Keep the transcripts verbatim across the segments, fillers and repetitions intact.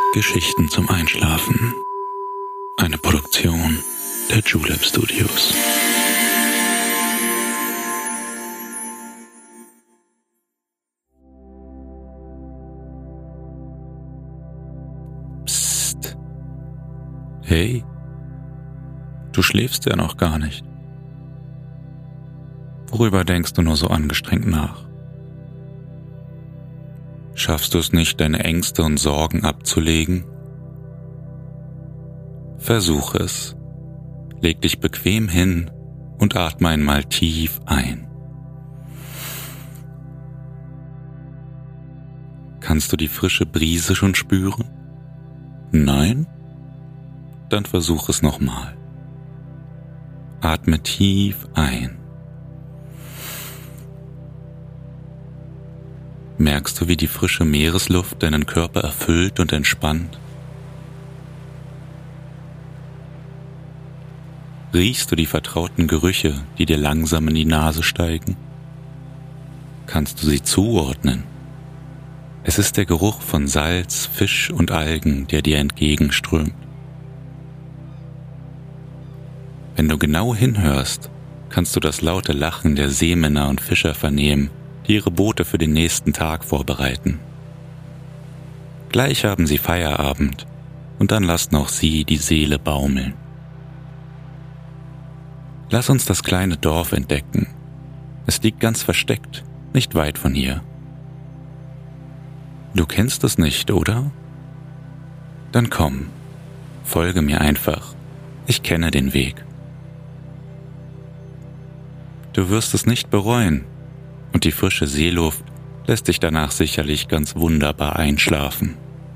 Geschichten zum Einschlafen. Eine Produktion der Julep Studios. Psst. Hey, du schläfst ja noch gar nicht. Worüber denkst du nur so angestrengt nach? Schaffst du es nicht, deine Ängste und Sorgen abzulegen? Versuch es. Leg dich bequem hin und atme einmal tief ein. Kannst du die frische Brise schon spüren? Nein? Dann versuch es nochmal. Atme tief ein. Merkst du, wie die frische Meeresluft deinen Körper erfüllt und entspannt? Riechst du die vertrauten Gerüche, die dir langsam in die Nase steigen? Kannst du sie zuordnen? Es ist der Geruch von Salz, Fisch und Algen, der dir entgegenströmt. Wenn du genau hinhörst, kannst du das laute Lachen der Seemänner und Fischer vernehmen, die ihre Boote für den nächsten Tag vorbereiten. Gleich haben sie Feierabend und dann lassen auch sie die Seele baumeln. Lass uns das kleine Dorf entdecken. Es liegt ganz versteckt, nicht weit von hier. Du kennst es nicht, oder? Dann komm, folge mir einfach. Ich kenne den Weg. Du wirst es nicht bereuen. Und die frische Seeluft lässt dich danach sicherlich ganz wunderbar einschlafen.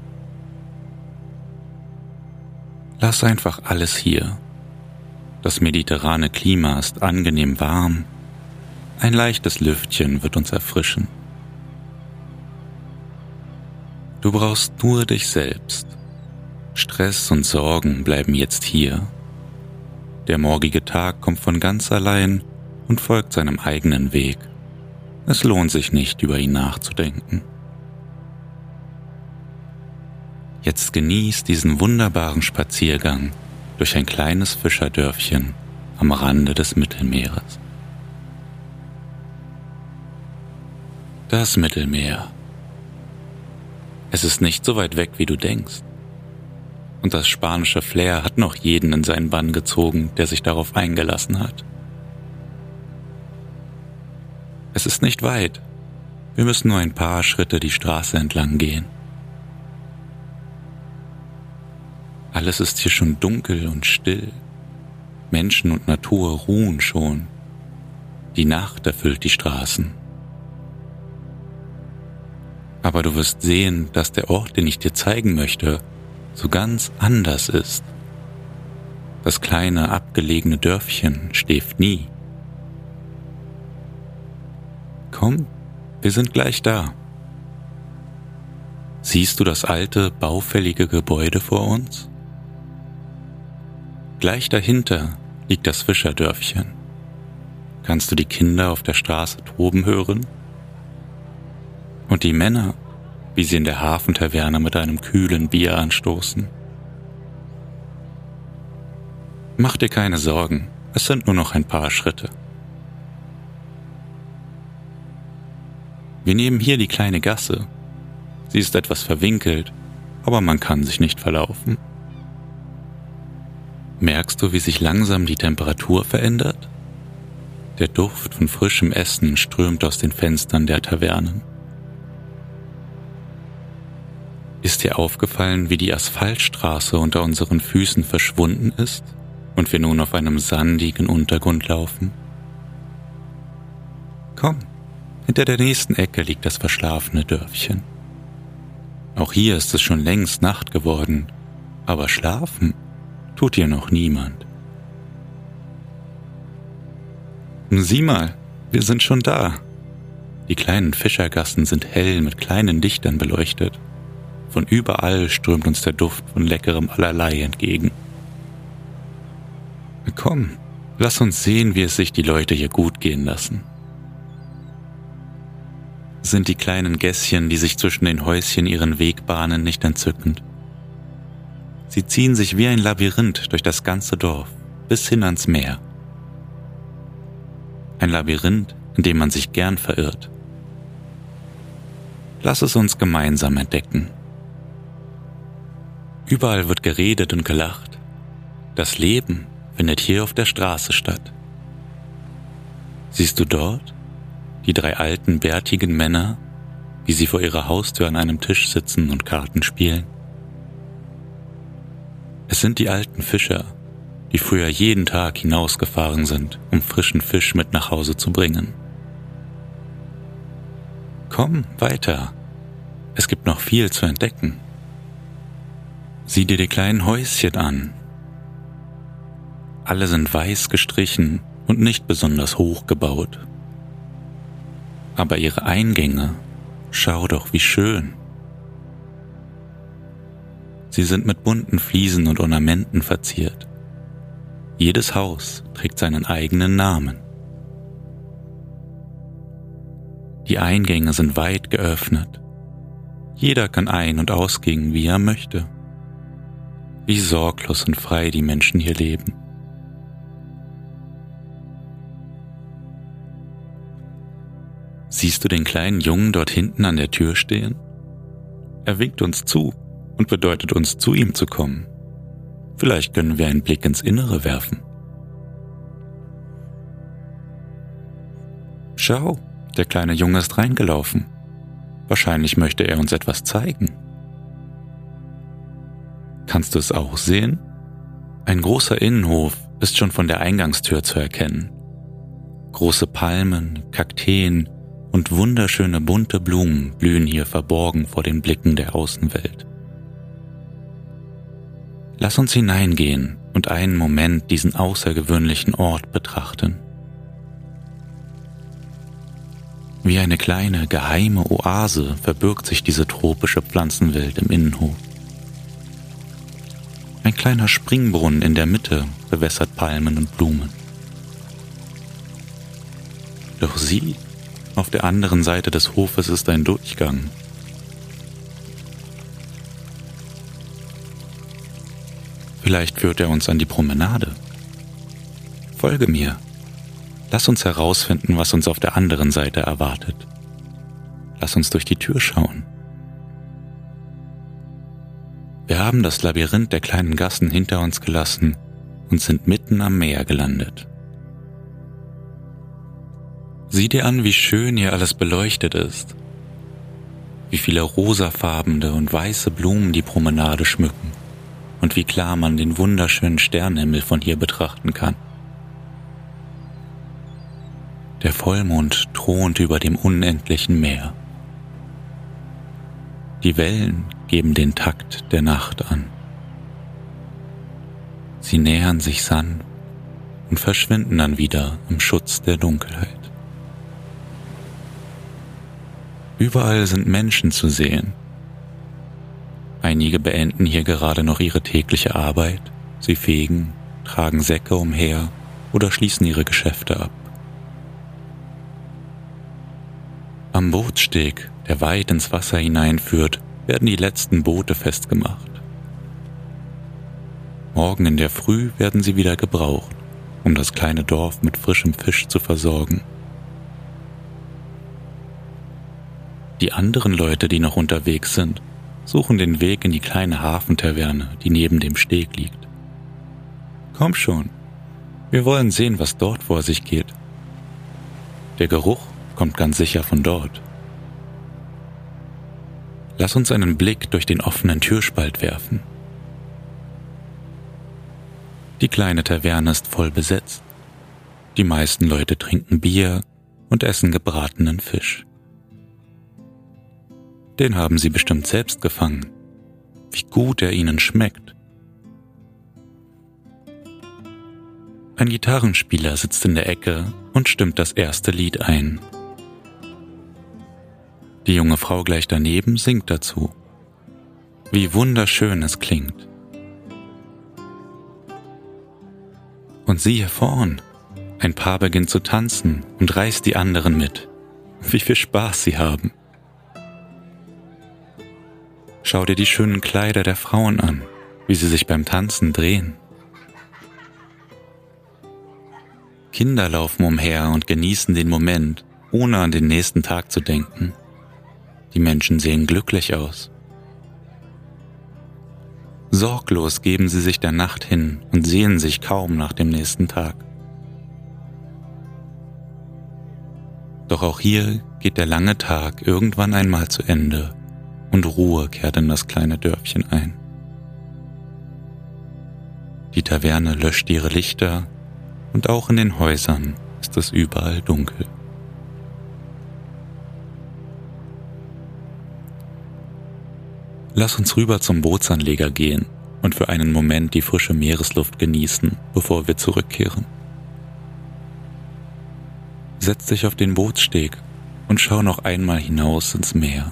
Lass einfach alles hier. Das mediterrane Klima ist angenehm warm. Ein leichtes Lüftchen wird uns erfrischen. Du brauchst nur dich selbst. Stress und Sorgen bleiben jetzt hier. Der morgige Tag kommt von ganz allein und folgt seinem eigenen Weg. Es lohnt sich nicht, über ihn nachzudenken. Jetzt genieß diesen wunderbaren Spaziergang durch ein kleines Fischerdörfchen am Rande des Mittelmeeres. Das Mittelmeer. Es ist nicht so weit weg, wie du denkst. Und das spanische Flair hat noch jeden in seinen Bann gezogen, der sich darauf eingelassen hat. Es ist nicht weit. Wir müssen nur ein paar Schritte die Straße entlang gehen. Alles ist hier schon dunkel und still. Menschen und Natur ruhen schon. Die Nacht erfüllt die Straßen. Aber du wirst sehen, dass der Ort, den ich dir zeigen möchte, so ganz anders ist. Das kleine, abgelegene Dörfchen schläft nie. Komm, wir sind gleich da. Siehst du das alte, baufällige Gebäude vor uns? Gleich dahinter liegt das Fischerdörfchen. Kannst du die Kinder auf der Straße toben hören? Und die Männer, wie sie in der Hafentaverne mit einem kühlen Bier anstoßen. Mach dir keine Sorgen, es sind nur noch ein paar Schritte. Wir nehmen hier die kleine Gasse. Sie ist etwas verwinkelt, aber man kann sich nicht verlaufen. Merkst du, wie sich langsam die Temperatur verändert? Der Duft von frischem Essen strömt aus den Fenstern der Tavernen. Ist dir aufgefallen, wie die Asphaltstraße unter unseren Füßen verschwunden ist und wir nun auf einem sandigen Untergrund laufen? Komm. Hinter der nächsten Ecke liegt das verschlafene Dörfchen. Auch hier ist es schon längst Nacht geworden, aber schlafen tut hier noch niemand. Sieh mal, wir sind schon da. Die kleinen Fischergassen sind hell mit kleinen Lichtern beleuchtet. Von überall strömt uns der Duft von leckerem Allerlei entgegen. Komm, lass uns sehen, wie es sich die Leute hier gut gehen lassen. Sind die kleinen Gässchen, die sich zwischen den Häuschen ihren Weg bahnen, nicht entzückend? Sie ziehen sich wie ein Labyrinth durch das ganze Dorf, bis hin ans Meer. Ein Labyrinth, in dem man sich gern verirrt. Lass es uns gemeinsam entdecken. Überall wird geredet und gelacht. Das Leben findet hier auf der Straße statt. Siehst du dort die drei alten, bärtigen Männer, wie sie vor ihrer Haustür an einem Tisch sitzen und Karten spielen? Es sind die alten Fischer, die früher jeden Tag hinausgefahren sind, um frischen Fisch mit nach Hause zu bringen. Komm weiter, es gibt noch viel zu entdecken. Sieh dir die kleinen Häuschen an. Alle sind weiß gestrichen und nicht besonders hoch gebaut. Aber ihre Eingänge, schau doch, wie schön. Sie sind mit bunten Fliesen und Ornamenten verziert. Jedes Haus trägt seinen eigenen Namen. Die Eingänge sind weit geöffnet. Jeder kann ein- und ausgehen, wie er möchte. Wie sorglos und frei die Menschen hier leben. Siehst du den kleinen Jungen dort hinten an der Tür stehen? Er winkt uns zu und bedeutet uns, zu ihm zu kommen. Vielleicht können wir einen Blick ins Innere werfen. Schau, der kleine Junge ist reingelaufen. Wahrscheinlich möchte er uns etwas zeigen. Kannst du es auch sehen? Ein großer Innenhof ist schon von der Eingangstür zu erkennen. Große Palmen, Kakteen und wunderschöne bunte Blumen blühen hier verborgen vor den Blicken der Außenwelt. Lass uns hineingehen und einen Moment diesen außergewöhnlichen Ort betrachten. Wie eine kleine, geheime Oase verbirgt sich diese tropische Pflanzenwelt im Innenhof. Ein kleiner Springbrunnen in der Mitte bewässert Palmen und Blumen. Doch sieh, auf der anderen Seite des Hofes ist ein Durchgang. Vielleicht führt er uns an die Promenade. Folge mir. Lass uns herausfinden, was uns auf der anderen Seite erwartet. Lass uns durch die Tür schauen. Wir haben das Labyrinth der kleinen Gassen hinter uns gelassen und sind mitten am Meer gelandet. Sieh dir an, wie schön hier alles beleuchtet ist. Wie viele rosafarbene und weiße Blumen die Promenade schmücken und wie klar man den wunderschönen Sternenhimmel von hier betrachten kann. Der Vollmond thront über dem unendlichen Meer. Die Wellen geben den Takt der Nacht an. Sie nähern sich sanft und verschwinden dann wieder im Schutz der Dunkelheit. Überall sind Menschen zu sehen. Einige beenden hier gerade noch ihre tägliche Arbeit. Sie fegen, tragen Säcke umher oder schließen ihre Geschäfte ab. Am Bootssteg, der weit ins Wasser hineinführt, werden die letzten Boote festgemacht. Morgen in der Früh werden sie wieder gebraucht, um das kleine Dorf mit frischem Fisch zu versorgen. Die anderen Leute, die noch unterwegs sind, suchen den Weg in die kleine Hafentaverne, die neben dem Steg liegt. Komm schon, wir wollen sehen, was dort vor sich geht. Der Geruch kommt ganz sicher von dort. Lass uns einen Blick durch den offenen Türspalt werfen. Die kleine Taverne ist voll besetzt. Die meisten Leute trinken Bier und essen gebratenen Fisch. Den haben sie bestimmt selbst gefangen. Wie gut er ihnen schmeckt. Ein Gitarrenspieler sitzt in der Ecke und stimmt das erste Lied ein. Die junge Frau gleich daneben singt dazu. Wie wunderschön es klingt. Und siehe vorn, ein Paar beginnt zu tanzen und reißt die anderen mit. Wie viel Spaß sie haben. Schau dir die schönen Kleider der Frauen an. wie sie sich beim Tanzen drehen. Kinder laufen umher und genießen den Moment, ohne an den nächsten Tag zu denken. Die Menschen sehen glücklich aus. Sorglos geben sie sich der Nacht hin und sehnen sich kaum nach dem nächsten Tag. Doch auch hier geht der lange Tag irgendwann einmal zu Ende und Ruhe kehrt in das kleine Dörfchen ein. Die Taverne löscht ihre Lichter und auch in den Häusern ist es überall dunkel. Lass uns rüber zum Bootsanleger gehen und für einen Moment die frische Meeresluft genießen, bevor wir zurückkehren. Setz dich auf den Bootssteg und schau noch einmal hinaus ins Meer.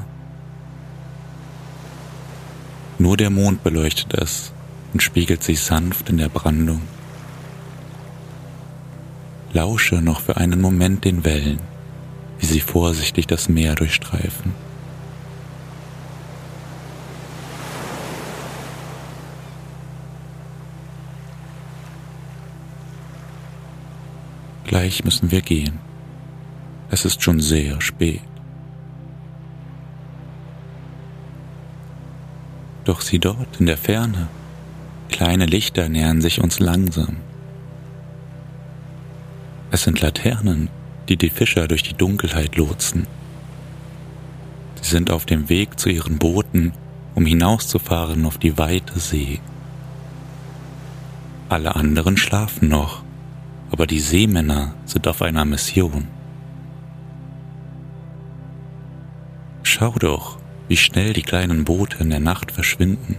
Nur der Mond beleuchtet es und spiegelt sich sanft in der Brandung. Lausche noch für einen Moment den Wellen, wie sie vorsichtig das Meer durchstreifen. Gleich müssen wir gehen. Es ist schon sehr spät. Doch sieh dort in der Ferne, kleine Lichter nähern sich uns langsam. Es sind Laternen, die die Fischer durch die Dunkelheit lotsen. Sie sind auf dem Weg zu ihren Booten, um hinauszufahren auf die weite See. Alle anderen schlafen noch, aber die Seemänner sind auf einer Mission. Schau doch, wie schnell die kleinen Boote in der Nacht verschwinden.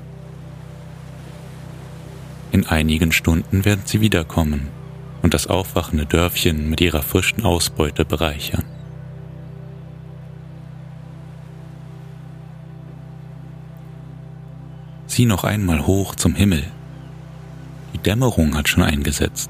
In einigen Stunden werden sie wiederkommen und das aufwachende Dörfchen mit ihrer frischen Ausbeute bereichern. Sieh noch einmal hoch zum Himmel. Die Dämmerung hat schon eingesetzt.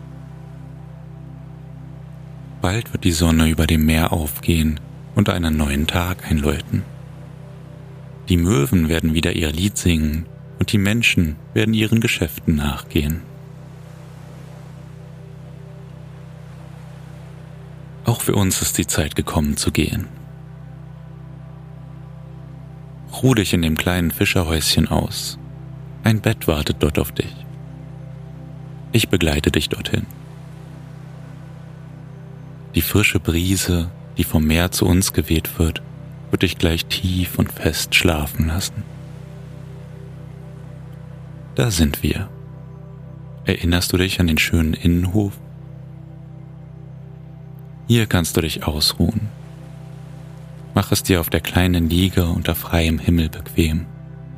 Bald wird die Sonne über dem Meer aufgehen und einen neuen Tag einläuten. Die Möwen werden wieder ihr Lied singen und die Menschen werden ihren Geschäften nachgehen. Auch für uns ist die Zeit gekommen zu gehen. Ruh dich in dem kleinen Fischerhäuschen aus. Ein Bett wartet dort auf dich. Ich begleite dich dorthin. Die frische Brise, die vom Meer zu uns geweht wird, wird dich gleich tief und fest schlafen lassen. Da sind wir. Erinnerst du dich an den schönen Innenhof? Hier kannst du dich ausruhen. Mach es dir auf der kleinen Liege unter freiem Himmel bequem.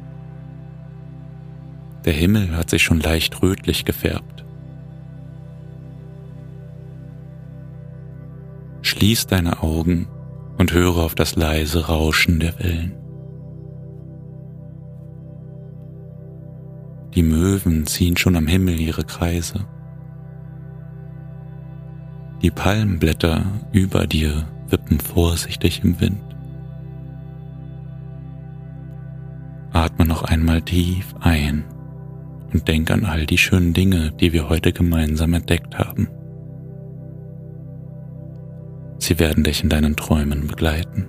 Der Himmel hat sich schon leicht rötlich gefärbt. Schließ deine Augen und höre auf das leise Rauschen der Wellen. Die Möwen ziehen schon am Himmel ihre Kreise. Die Palmenblätter über dir wippen vorsichtig im Wind. Atme noch einmal tief ein und denk an all die schönen Dinge, die wir heute gemeinsam entdeckt haben. Sie werden dich in deinen Träumen begleiten.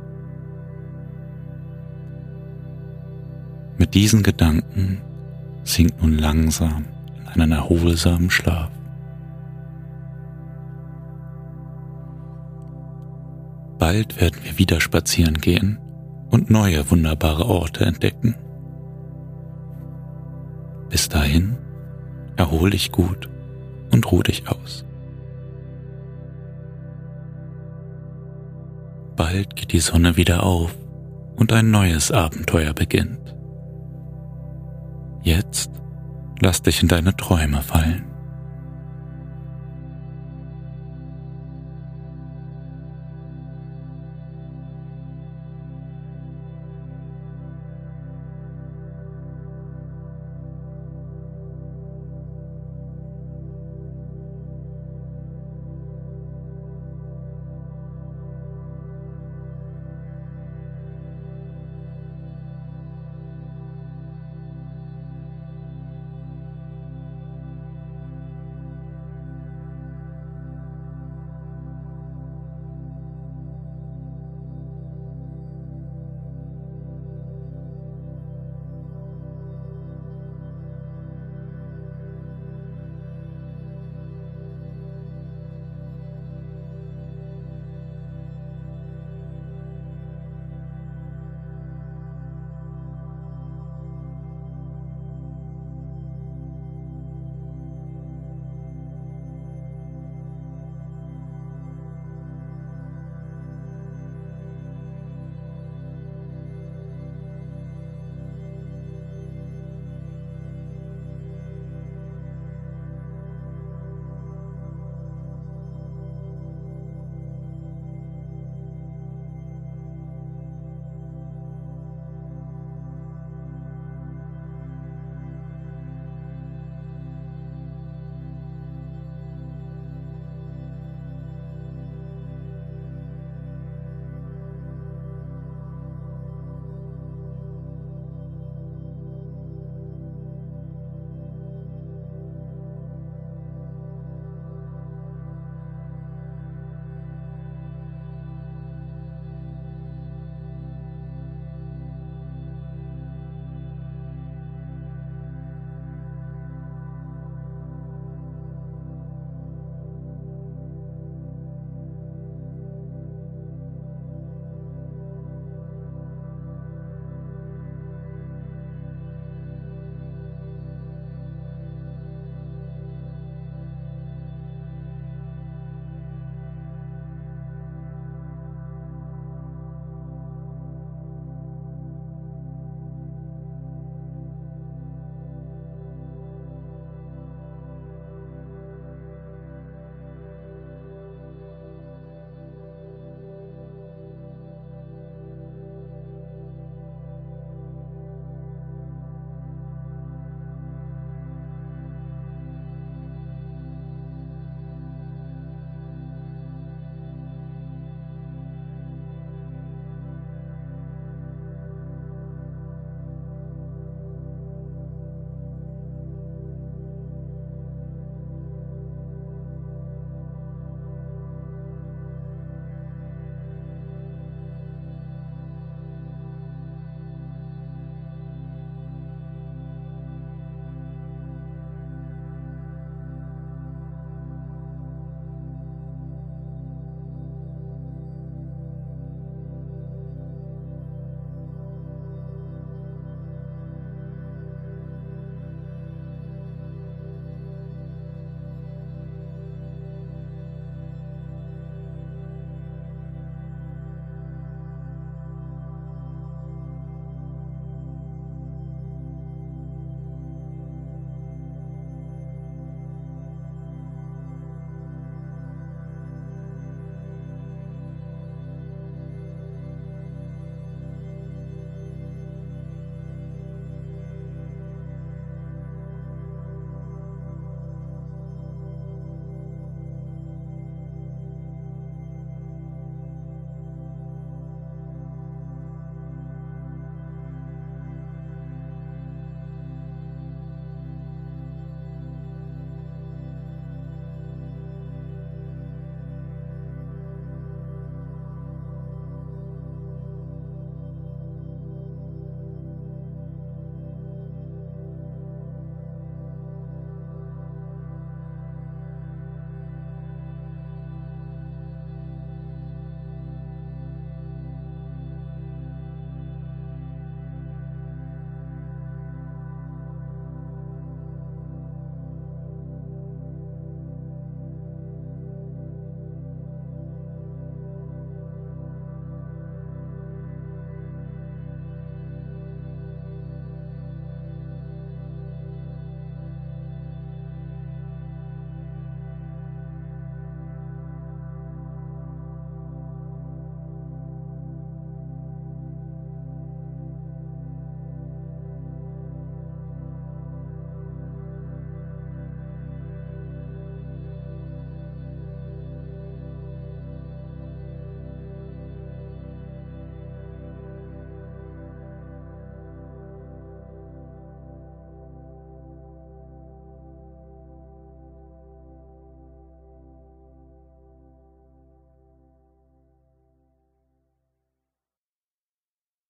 Mit diesen Gedanken sink nun langsam in einen erholsamen Schlaf. Bald werden wir wieder spazieren gehen und neue wunderbare Orte entdecken. Bis dahin, erhol dich gut und ruh dich aus. Bald geht die Sonne wieder auf und ein neues Abenteuer beginnt. Jetzt lass dich in deine Träume fallen.